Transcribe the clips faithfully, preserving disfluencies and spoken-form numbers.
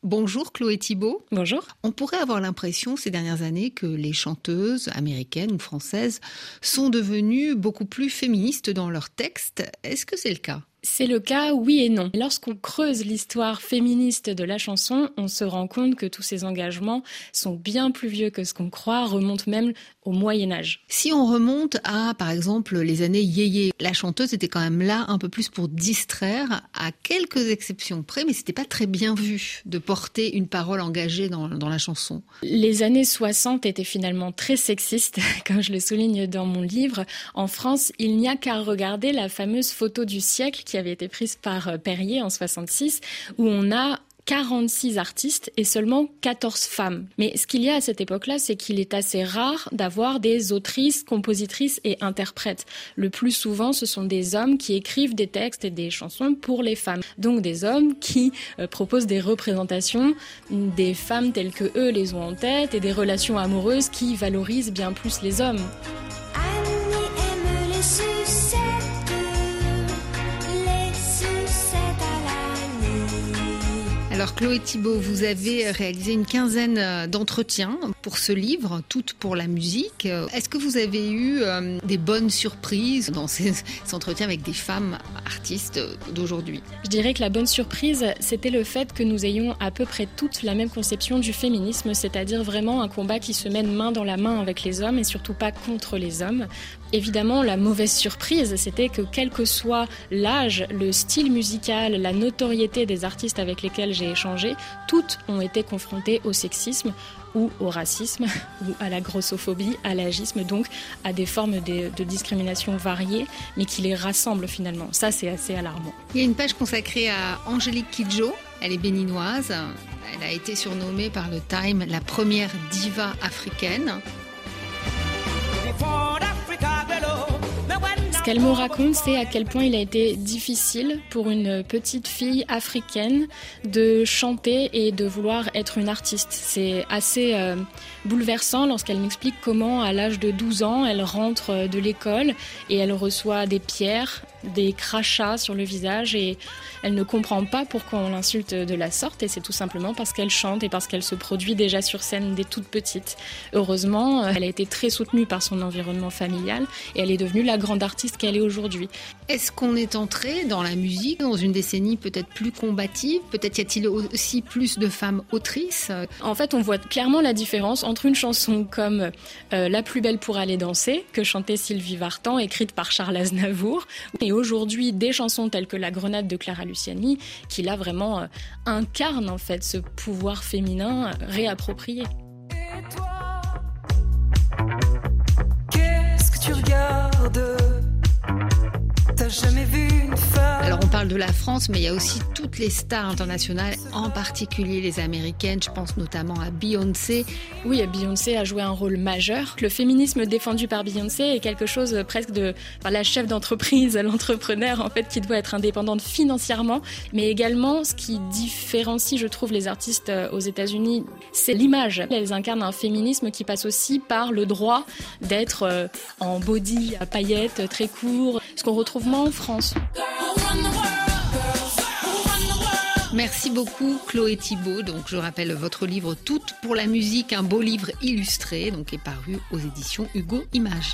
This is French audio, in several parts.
Bonjour Chloé Thibault. Bonjour. On pourrait avoir l'impression ces dernières années que les chanteuses américaines ou françaises sont devenues beaucoup plus féministes dans leurs textes. Est-ce que c'est le cas ? C'est le cas, oui et non. Lorsqu'on creuse l'histoire féministe de la chanson, on se rend compte que tous ces engagements sont bien plus vieux que ce qu'on croit, remontent même au Moyen-Âge. Si on remonte à, par exemple, les années yéyé, la chanteuse était quand même là un peu plus pour distraire, à quelques exceptions près, mais c'était pas très bien vu de porter une parole engagée dans, dans la chanson. Les années soixante étaient finalement très sexistes, comme je le souligne dans mon livre. En France, il n'y a qu'à regarder la fameuse photo du siècle qui avait été prise par Perrier en soixante-six, où on a quarante-six artistes et seulement quatorze femmes. Mais ce qu'il y a à cette époque-là, c'est qu'il est assez rare d'avoir des autrices, compositrices et interprètes. Le plus souvent, ce sont des hommes qui écrivent des textes et des chansons pour les femmes. Donc des hommes qui euh, proposent des représentations des femmes telles que eux les ont en tête et des relations amoureuses qui valorisent bien plus les hommes. Alors Chloé Thibault, vous avez réalisé une quinzaine d'entretiens pour ce livre, toutes pour la musique. Est-ce que vous avez eu euh, des bonnes surprises dans ces, ces entretiens avec des femmes artistes d'aujourd'hui ? Je dirais que la bonne surprise, c'était le fait que nous ayons à peu près toutes la même conception du féminisme, c'est-à-dire vraiment un combat qui se mène main dans la main avec les hommes et surtout pas contre les hommes. Évidemment, la mauvaise surprise, c'était que quel que soit l'âge, le style musical, la notoriété des artistes avec lesquels j'ai échangé, toutes ont été confrontées au sexisme ou au racisme, ou à la grossophobie, à l'agisme, donc à des formes de, de discrimination variées, mais qui les rassemblent finalement. Ça, c'est assez alarmant. Il y a une page consacrée à Angélique Kidjo. Elle est béninoise. Elle a été surnommée par le Time la première diva africaine. Ce qu'elle me raconte, c'est à quel point il a été difficile pour une petite fille africaine de chanter et de vouloir être une artiste. C'est assez euh, bouleversant lorsqu'elle m'explique comment, à l'âge de douze ans, elle rentre de l'école et elle reçoit des pierres, des crachats sur le visage et elle ne comprend pas pourquoi on l'insulte de la sorte et c'est tout simplement parce qu'elle chante et parce qu'elle se produit déjà sur scène dès toute petite. Heureusement, elle a été très soutenue par son environnement familial et elle est devenue la grande artiste qu'elle est aujourd'hui. Est-ce qu'on est entré dans la musique dans une décennie peut-être plus combative ? Peut-être y a-t-il aussi plus de femmes autrices ? En fait, on voit clairement la différence entre une chanson comme euh, La plus belle pour aller danser, que chantait Sylvie Vartan, écrite par Charles Aznavour, et aujourd'hui des chansons telles que La Grenade de Clara Luciani, qui là vraiment euh, incarnent en fait ce pouvoir féminin euh, réapproprié. Et toi, qu'est-ce que tu regardes ? T'as jamais vu une femme ? Alors on parle de la France, mais il y a aussi toutes les stars internationales, en particulier les américaines. Je pense notamment à Beyoncé. Oui, Beyoncé a joué un rôle majeur. Le féminisme défendu par Beyoncé est quelque chose presque de enfin, la chef d'entreprise, l'entrepreneur en fait, qui doit être indépendante financièrement, mais également ce qui différencie, je trouve, les artistes aux États-Unis, c'est l'image. Elles incarnent un féminisme qui passe aussi par le droit d'être en body à paillettes très court, ce qu'on retrouve moins en France. Merci beaucoup Chloé Thibault. Donc je rappelle votre livre Toutes pour la musique, un beau livre illustré, donc est paru aux éditions Hugo Images.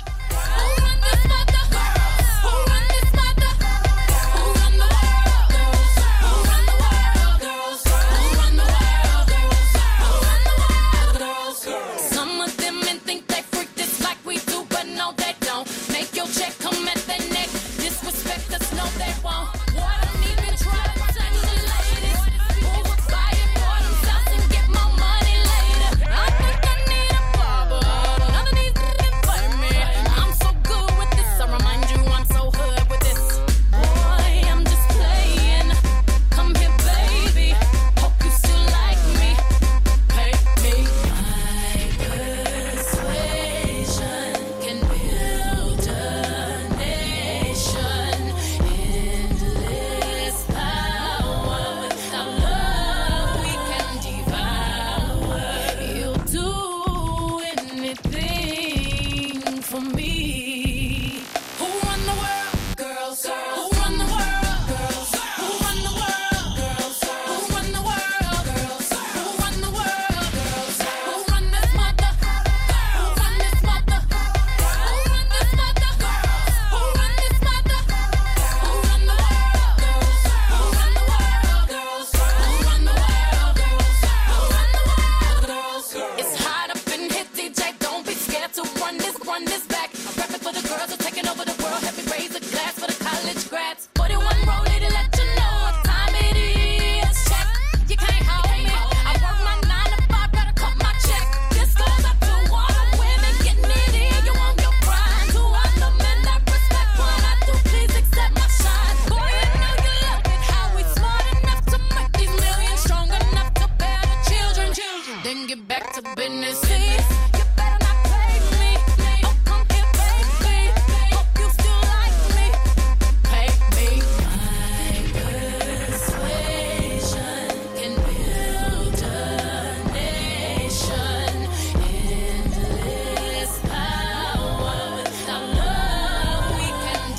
get back to business. See, you better not play me. Oh, come here, baby. Hope you still like me. Pay me. My persuasion can build a nation. Endless power. Without love, we can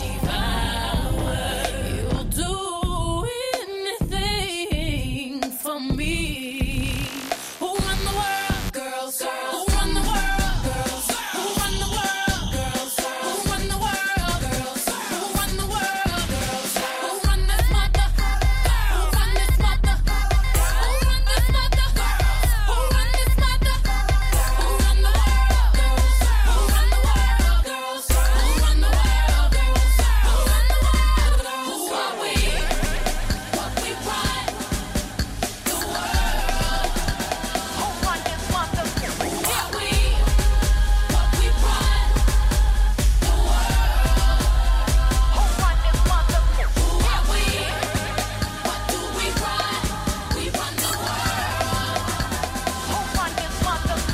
devour. You'll do anything for me.